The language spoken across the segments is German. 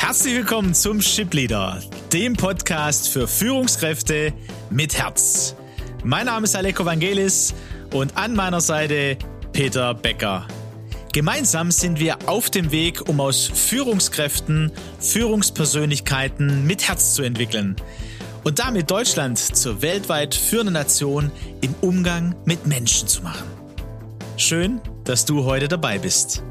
Herzlich willkommen zum Shipleader, dem Podcast für Führungskräfte mit Herz. Mein Name ist Aleko Vangelis und an meiner Seite Peter Becker. Gemeinsam sind wir auf dem Weg, um aus Führungskräften Führungspersönlichkeiten mit Herz zu entwickeln und damit Deutschland zur weltweit führenden Nation im Umgang mit Menschen zu machen. Schön, dass du heute dabei bist.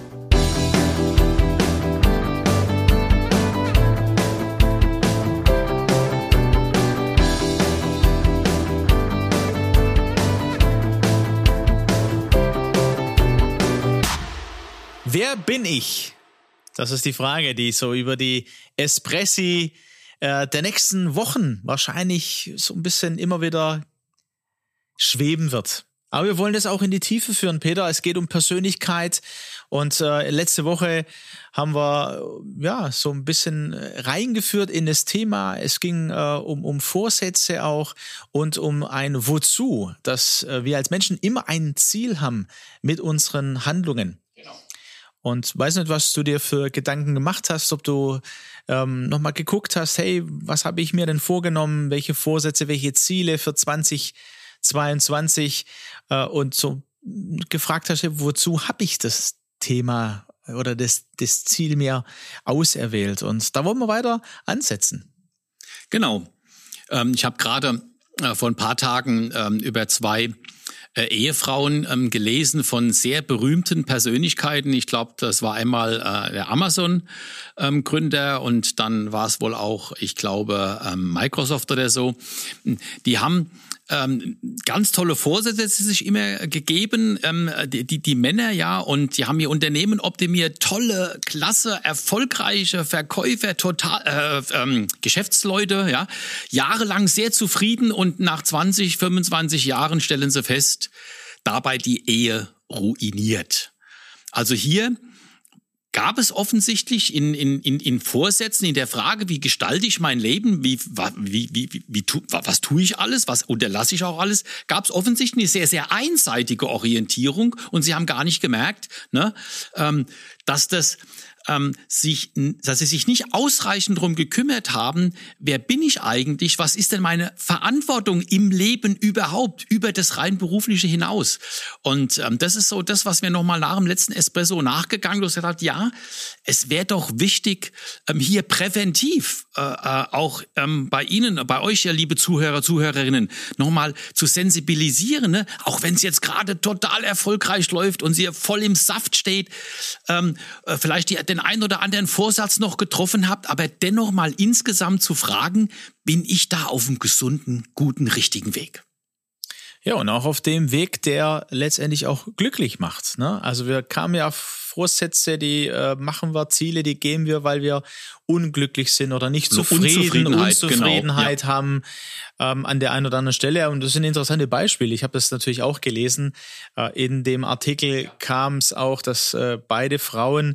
Wer bin ich? Das ist die Frage, die so über die Espressi der nächsten Wochen wahrscheinlich so ein bisschen immer wieder schweben wird. Aber wir wollen das auch in die Tiefe führen, Peter. Es geht um Persönlichkeit und letzte Woche haben wir so ein bisschen reingeführt in das Thema. Es ging um Vorsätze auch und um ein Wozu, dass wir als Menschen immer ein Ziel haben mit unseren Handlungen. Und weiß nicht, was du dir für Gedanken gemacht hast, ob du nochmal geguckt hast, hey, was habe ich mir denn vorgenommen, welche Vorsätze, welche Ziele für 2022 und so gefragt hast, wozu habe ich das Thema oder das Ziel mir auserwählt? Und da wollen wir weiter ansetzen. Genau. Ich habe gerade vor ein paar Tagen über zwei Ehefrauen gelesen von sehr berühmten Persönlichkeiten. Ich glaube, das war einmal der Amazon-Gründer und dann war es wohl auch, ich glaube, Microsoft oder so. Die haben ganz tolle Vorsätze sich immer gegeben, die Männer, ja, und die haben ihr Unternehmen optimiert, tolle, klasse, erfolgreiche Verkäufer, Geschäftsleute, ja, jahrelang sehr zufrieden und nach 20, 25 Jahren stellen sie fest, dabei die Ehe ruiniert. Also hier gab es offensichtlich in Vorsätzen, in der Frage, wie gestalte ich mein Leben, was tue ich alles, was unterlasse ich auch alles, gab es offensichtlich eine sehr, sehr einseitige Orientierung und sie haben gar nicht gemerkt, ne, dass sie sich nicht ausreichend darum gekümmert haben, wer bin ich eigentlich, was ist denn meine Verantwortung im Leben überhaupt, über das rein berufliche hinaus. Und das ist so das, was wir nochmal nach dem letzten Espresso nachgegangen sind. Und gesagt, ja, es wäre doch wichtig, hier präventiv auch bei Ihnen, bei euch, ja, liebe Zuhörer, Zuhörerinnen, nochmal zu sensibilisieren, ne? Auch wenn es jetzt gerade total erfolgreich läuft und sie voll im Saft steht, vielleicht den einen oder anderen Vorsatz noch getroffen habt, aber dennoch mal insgesamt zu fragen, bin ich da auf einem gesunden, guten, richtigen Weg? Ja, und auch auf dem Weg, der letztendlich auch glücklich macht, ne? Also wir kamen ja auf Vorsätze, die machen wir, Ziele, die geben wir, weil wir unglücklich sind oder nicht Unzufriedenheit genau, haben an der einen oder anderen Stelle. Und das sind interessante Beispiele. Ich habe das natürlich auch gelesen. In dem Artikel kam es auch, dass beide Frauen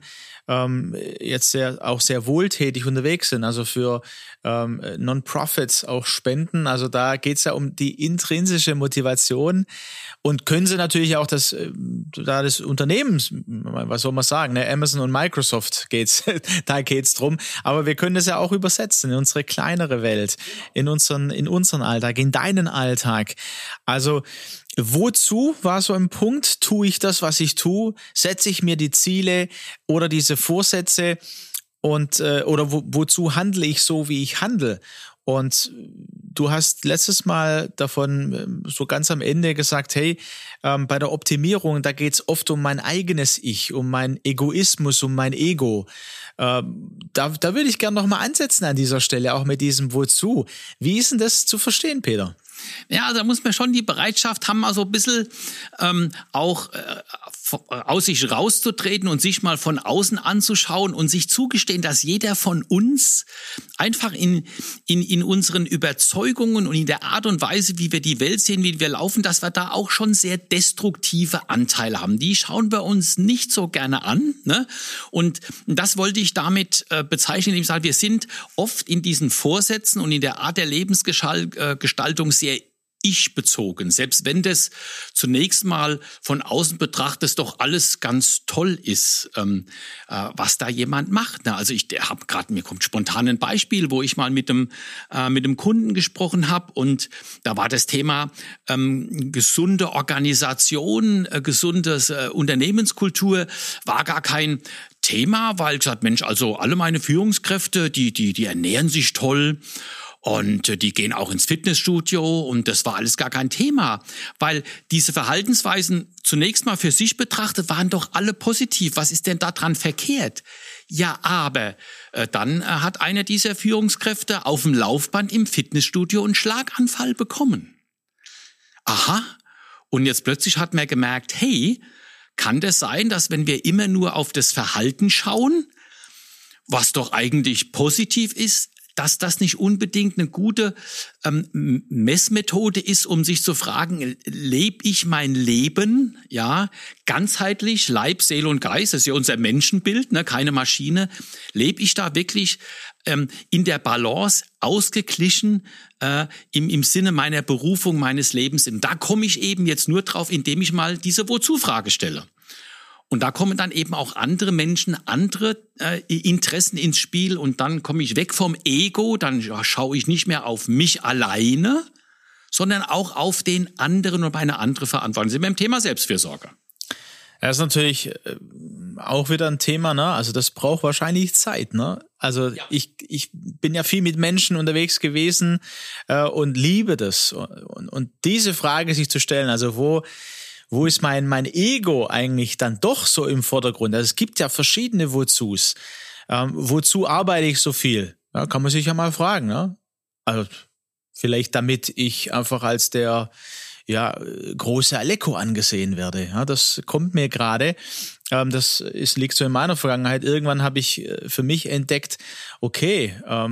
jetzt sehr wohltätig unterwegs sind, also für Non-Profits auch spenden. Also da geht es ja um die intrinsische Motivation und können sie natürlich auch das Unternehmens, was soll man sagen, ne? Amazon und Microsoft da geht's drum. Aber wir können das ja auch übersetzen in unsere kleinere Welt, in unseren Alltag, in deinen Alltag. Also wozu war so ein Punkt? Tue ich das, was ich tue? Setze ich mir die Ziele oder diese Vorsätze und oder wozu handle ich so, wie ich handle? Und du hast letztes Mal davon so ganz am Ende gesagt, hey, bei der Optimierung, da geht's oft um mein eigenes Ich, um meinen Egoismus, um mein Ego. Da würde ich gerne nochmal ansetzen an dieser Stelle, auch mit diesem Wozu. Wie ist denn das zu verstehen, Peter? Ja, da muss man schon die Bereitschaft haben, also ein bisschen auch aus sich rauszutreten und sich mal von außen anzuschauen und sich zugestehen, dass jeder von uns einfach in unseren Überzeugungen und in der Art und Weise, wie wir die Welt sehen, wie wir laufen, dass wir da auch schon sehr destruktive Anteile haben. Die schauen wir uns nicht so gerne an, ne? Und das wollte ich damit bezeichnen, indem ich sage, wir sind oft in diesen Vorsätzen und in der Art der Lebensgestaltung sehr ich-bezogen. Selbst wenn das zunächst mal von außen betrachtet doch alles ganz toll ist, was da jemand macht. Also mir kommt spontan ein Beispiel, wo ich mal mit einem Kunden gesprochen habe und da war das Thema gesunde Organisation, gesundes Unternehmenskultur war gar kein Thema, weil ich gesagt, Mensch, also alle meine Führungskräfte, die ernähren sich toll. Und die gehen auch ins Fitnessstudio und das war alles gar kein Thema, weil diese Verhaltensweisen zunächst mal für sich betrachtet waren doch alle positiv. Was ist denn daran verkehrt? Ja, aber dann hat einer dieser Führungskräfte auf dem Laufband im Fitnessstudio einen Schlaganfall bekommen. Aha, und jetzt plötzlich hat man gemerkt, hey, kann das sein, dass wenn wir immer nur auf das Verhalten schauen, was doch eigentlich positiv ist, dass das nicht unbedingt eine gute Messmethode ist, um sich zu fragen, lebe ich mein Leben, ja, ganzheitlich, Leib, Seele und Geist, das ist ja unser Menschenbild, ne, keine Maschine, lebe ich da wirklich in der Balance, ausgeglichen, im Sinne meiner Berufung, meines Lebens. Und da komme ich eben jetzt nur drauf, indem ich mal diese Wozu-Frage stelle. Und da kommen dann eben auch andere Menschen, andere Interessen ins Spiel und dann komme ich weg vom Ego, dann schaue ich nicht mehr auf mich alleine, sondern auch auf den anderen und meine andere Verantwortung. Sind wir im Thema Selbstfürsorge. Das ist natürlich auch wieder ein Thema, ne? Also das braucht wahrscheinlich Zeit, ne? Also ja. Ich bin ja viel mit Menschen unterwegs gewesen und liebe das. Und diese Frage sich zu stellen, also wo ist mein Ego eigentlich dann doch so im Vordergrund? Also es gibt ja verschiedene Wozus. Wozu arbeite ich so viel? Ja, kann man sich ja mal fragen. Ne? Also vielleicht damit ich einfach als der große Aleko angesehen werde. Ja, das kommt mir gerade. Liegt so in meiner Vergangenheit. Irgendwann habe ich für mich entdeckt, okay,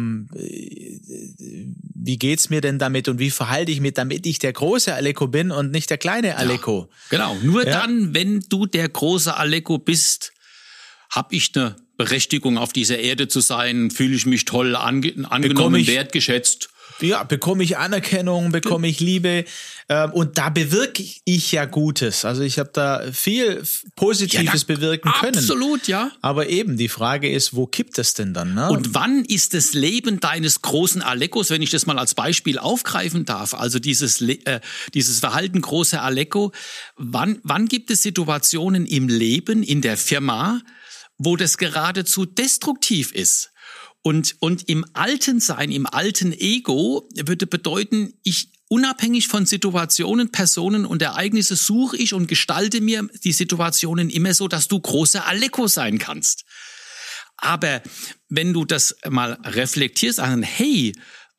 wie geht's mir denn damit und wie verhalte ich mich, damit ich der große Aleko bin und nicht der kleine Aleko? Ja, genau. Nur dann, wenn du der große Aleko bist, habe ich eine Berechtigung, auf dieser Erde zu sein, fühle ich mich toll angenommen, wertgeschätzt. Ja, bekomme ich Anerkennung, bekomme ich Liebe und da bewirke ich ja Gutes. Also ich habe da viel Positives bewirken können. Absolut, ja. Aber eben, die Frage ist, wo kippt es denn dann? Ne? Und wann ist das Leben deines großen Alekos, wenn ich das mal als Beispiel aufgreifen darf, also dieses Verhalten großer Aleko, wann gibt es Situationen im Leben, in der Firma, wo das geradezu destruktiv ist? Und im alten Sein, im alten Ego würde bedeuten, ich unabhängig von Situationen, Personen und Ereignisse suche ich und gestalte mir die Situationen immer so, dass du großer Aleko sein kannst. Aber wenn du das mal reflektierst, dann hey,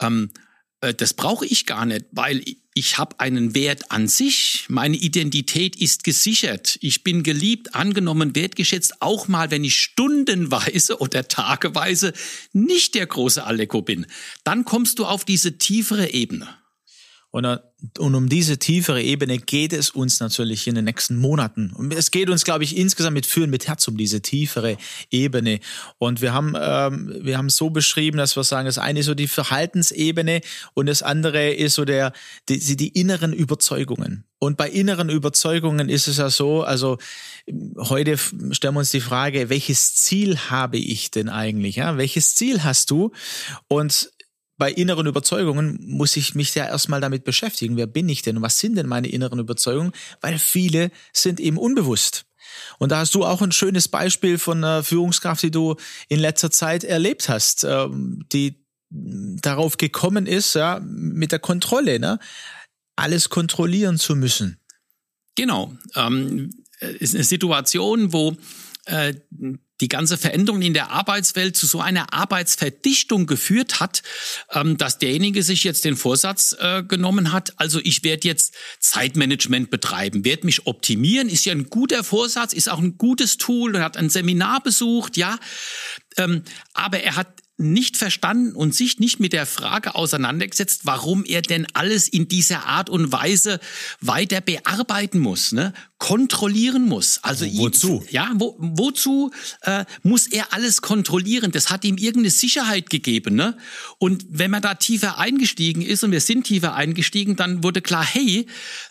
das brauche ich gar nicht, weil ich habe einen Wert an sich, meine Identität ist gesichert, ich bin geliebt, angenommen, wertgeschätzt, auch mal, wenn ich stundenweise oder tageweise nicht der große Aleko bin. Dann kommst du auf diese tiefere Ebene. Und um diese tiefere Ebene geht es uns natürlich in den nächsten Monaten. Und es geht uns, glaube ich, insgesamt mit Führen mit Herz um diese tiefere Ebene. Und wir haben so beschrieben, dass wir sagen, das eine ist so die Verhaltensebene und das andere ist so die inneren Überzeugungen. Und bei inneren Überzeugungen ist es ja so, also heute stellen wir uns die Frage, welches Ziel habe ich denn eigentlich? Ja? Welches Ziel hast du? Und bei inneren Überzeugungen muss ich mich ja erstmal damit beschäftigen. Wer bin ich denn und was sind denn meine inneren Überzeugungen? Weil viele sind eben unbewusst. Und da hast du auch ein schönes Beispiel von einer Führungskraft, die du in letzter Zeit erlebt hast, die darauf gekommen ist, ja, mit der Kontrolle, ne? Alles kontrollieren zu müssen. Genau. Ist eine Situation, wo die ganze Veränderung in der Arbeitswelt zu so einer Arbeitsverdichtung geführt hat, dass derjenige sich jetzt den Vorsatz genommen hat, also ich werde jetzt Zeitmanagement betreiben, werde mich optimieren, ist ja ein guter Vorsatz, ist auch ein gutes Tool, er hat ein Seminar besucht, ja, aber er hat nicht verstanden und sich nicht mit der Frage auseinandergesetzt, warum er denn alles in dieser Art und Weise weiter bearbeiten muss, ne? Kontrollieren muss. Also wozu? Wozu muss er alles kontrollieren? Das hat ihm irgendeine Sicherheit gegeben, ne? Und wenn man da tiefer eingestiegen ist, und wir sind tiefer eingestiegen, dann wurde klar, hey,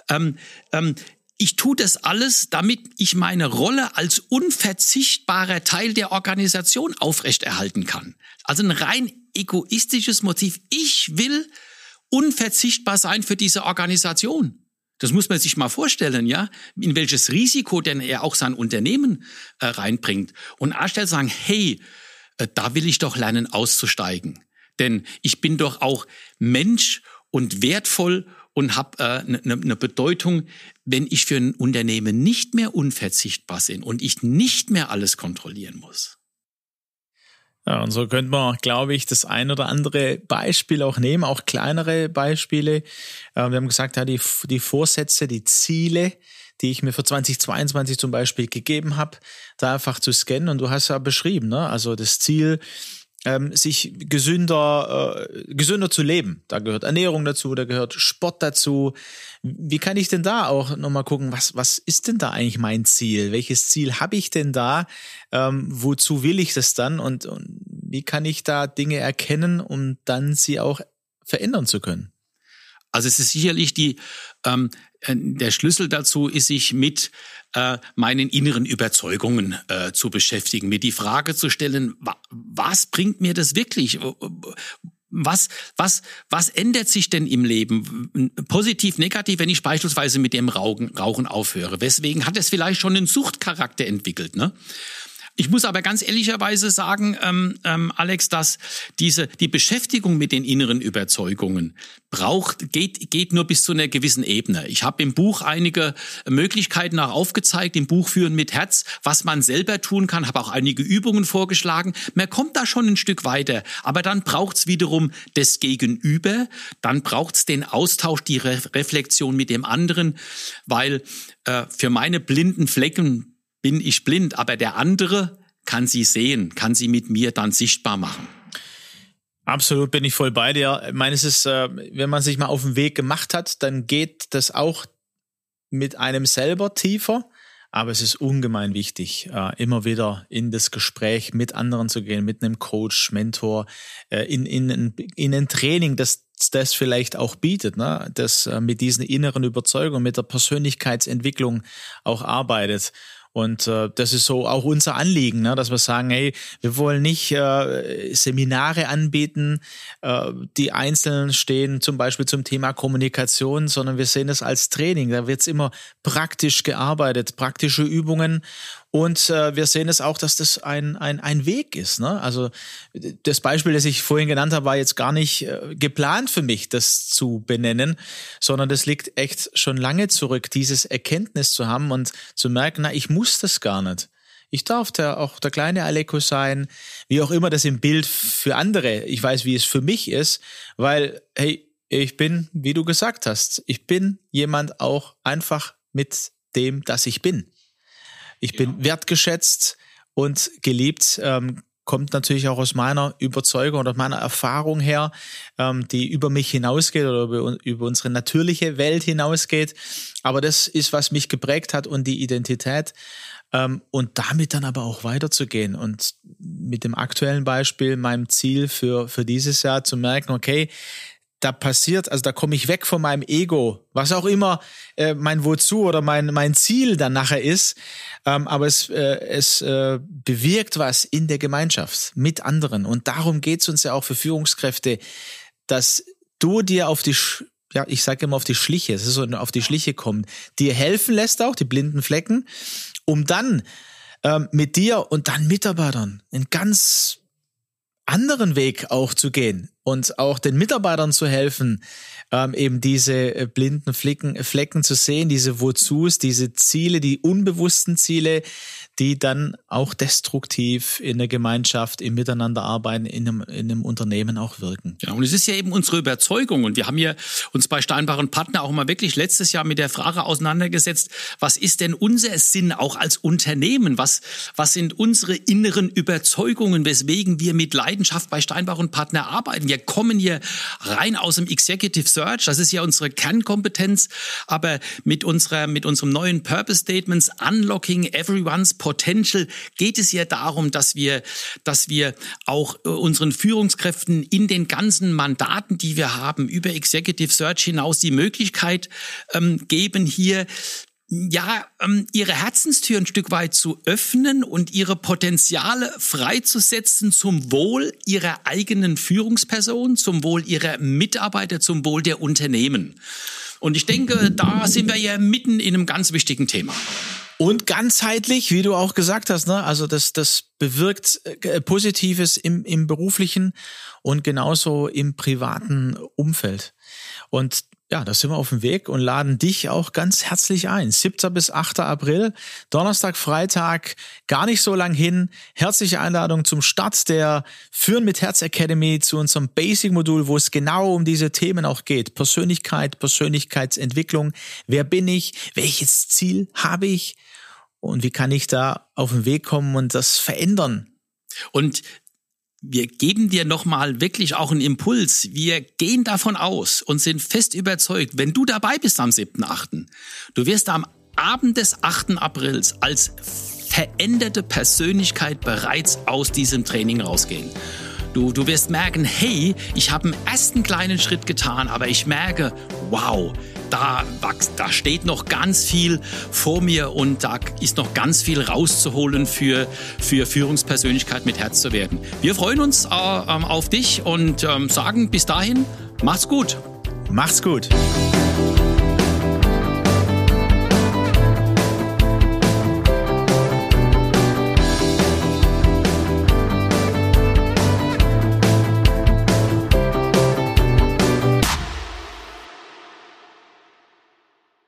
ich tue das alles, damit ich meine Rolle als unverzichtbarer Teil der Organisation aufrechterhalten kann. Also ein rein egoistisches Motiv. Ich will unverzichtbar sein für diese Organisation. Das muss man sich mal vorstellen, ja, in welches Risiko denn er auch sein Unternehmen reinbringt. Und anstelle sagen, hey, da will ich doch lernen auszusteigen. Denn ich bin doch auch Mensch und wertvoll und habe eine Bedeutung, wenn ich für ein Unternehmen nicht mehr unverzichtbar bin und ich nicht mehr alles kontrollieren muss. Ja, und so könnte man, glaube ich, das ein oder andere Beispiel auch nehmen, auch kleinere Beispiele. Wir haben gesagt, ja, die Vorsätze, die Ziele, die ich mir für 2022 zum Beispiel gegeben habe, da einfach zu scannen. Und du hast ja beschrieben, ne? Also das Ziel, sich gesünder zu leben. Da gehört Ernährung dazu, da gehört Sport dazu. Wie kann ich denn da auch nochmal gucken, was ist denn da eigentlich mein Ziel? Welches Ziel habe ich denn da? Wozu will ich das dann? Und wie kann ich da Dinge erkennen, um dann sie auch verändern zu können? Also es ist sicherlich der Schlüssel dazu ist, sich mit meinen inneren Überzeugungen zu beschäftigen, mir die Frage zu stellen, was bringt mir das wirklich? Was ändert sich denn im Leben? Positiv, negativ, wenn ich beispielsweise mit dem Rauchen aufhöre. Weswegen hat es vielleicht schon einen Suchtcharakter entwickelt, ne? Ich muss aber ganz ehrlicherweise sagen, Alex, dass die Beschäftigung mit den inneren Überzeugungen geht nur bis zu einer gewissen Ebene. Ich habe im Buch einige Möglichkeiten auch aufgezeigt, im Buch Führen mit Herz, was man selber tun kann, habe auch einige Übungen vorgeschlagen. Man kommt da schon ein Stück weiter, aber dann braucht's wiederum das Gegenüber, dann braucht's den Austausch, die Reflexion mit dem anderen, weil für meine blinden Flecken bin ich blind, aber der andere kann sie sehen, kann sie mit mir dann sichtbar machen. Absolut, bin ich voll bei dir. Ich meine, es ist, wenn man sich mal auf den Weg gemacht hat, dann geht das auch mit einem selber tiefer. Aber es ist ungemein wichtig, immer wieder in das Gespräch mit anderen zu gehen, mit einem Coach, Mentor, in ein Training, das vielleicht auch bietet, ne? Das mit diesen inneren Überzeugungen, mit der Persönlichkeitsentwicklung auch arbeitet. Und das ist so auch unser Anliegen, ne? Dass wir sagen, hey, wir wollen nicht Seminare anbieten, die einzeln stehen, zum Beispiel zum Thema Kommunikation, sondern wir sehen es als Training. Da wird's immer praktisch gearbeitet, praktische Übungen. Und wir sehen es auch, dass das ein Weg ist, ne? Also das Beispiel, das ich vorhin genannt habe, war jetzt gar nicht geplant für mich, das zu benennen, sondern das liegt echt schon lange zurück, dieses Erkenntnis zu haben und zu merken, na, ich muss das gar nicht. Ich darf auch der kleine Aleko sein, wie auch immer das im Bild für andere. Ich weiß, wie es für mich ist, weil, hey, ich bin, wie du gesagt hast, ich bin jemand auch einfach mit dem, dass ich bin. Ich bin wertgeschätzt und geliebt, kommt natürlich auch aus meiner Überzeugung oder meiner Erfahrung her, die über mich hinausgeht oder über unsere natürliche Welt hinausgeht. Aber das ist, was mich geprägt hat und die Identität. Und damit dann aber auch weiterzugehen und mit dem aktuellen Beispiel, meinem Ziel für dieses Jahr zu merken, okay, da komme ich weg von meinem Ego, was auch immer mein Wozu oder mein Ziel dann nachher ist, aber es bewirkt was in der Gemeinschaft mit anderen und darum geht's uns ja auch für Führungskräfte, dass du dir auf die Schliche, es ist so auf die Schliche kommen, dir helfen lässt auch, die blinden Flecken, um dann mit dir und deinen Mitarbeitern einen ganz anderen Weg auch zu gehen. und auch den Mitarbeitern zu helfen, eben diese blinden Flecken zu sehen, diese Wozus, diese Ziele, die unbewussten Ziele, die dann auch destruktiv in der Gemeinschaft, im Miteinanderarbeiten, in einem Unternehmen auch wirken. Ja, und es ist ja eben unsere Überzeugung. Und wir haben ja uns bei Steinbach & Partner auch mal wirklich letztes Jahr mit der Frage auseinandergesetzt, was ist denn unser Sinn auch als Unternehmen? Was sind unsere inneren Überzeugungen, weswegen wir mit Leidenschaft bei Steinbach & Partner arbeiten? Wir kommen hier rein aus dem Executive Search, das ist ja unsere Kernkompetenz, aber mit unserem neuen Purpose Statements, Unlocking Everyone's Potential, geht es ja darum, dass wir auch unseren Führungskräften in den ganzen Mandaten, die wir haben, über Executive Search hinaus die Möglichkeit geben, hier ihre Herzenstür ein Stück weit zu öffnen und ihre Potenziale freizusetzen zum Wohl ihrer eigenen Führungsperson, zum Wohl ihrer Mitarbeiter, zum Wohl der Unternehmen. Und ich denke, da sind wir ja mitten in einem ganz wichtigen Thema. Und ganzheitlich, wie du auch gesagt hast, ne? Also das bewirkt Positives im beruflichen und genauso im privaten Umfeld. Und ja, da sind wir auf dem Weg und laden dich auch ganz herzlich ein. 7. bis 8. April, Donnerstag, Freitag, gar nicht so lang hin. Herzliche Einladung zum Start der Führen mit Herz Academy, zu unserem Basic-Modul, wo es genau um diese Themen auch geht. Persönlichkeit, Persönlichkeitsentwicklung. Wer bin ich? Welches Ziel habe ich? Und wie kann ich da auf den Weg kommen und das verändern? Und wir geben dir nochmal wirklich auch einen Impuls. Wir gehen davon aus und sind fest überzeugt, wenn du dabei bist am 7.8., du wirst am Abend des 8. Aprils als veränderte Persönlichkeit bereits aus diesem Training rausgehen. Du wirst merken, hey, ich habe einen ersten kleinen Schritt getan, aber ich merke, wow, da steht noch ganz viel vor mir und da ist noch ganz viel rauszuholen für Führungspersönlichkeit mit Herz zu werden. Wir freuen uns auf dich und sagen bis dahin, macht's gut. Macht's gut.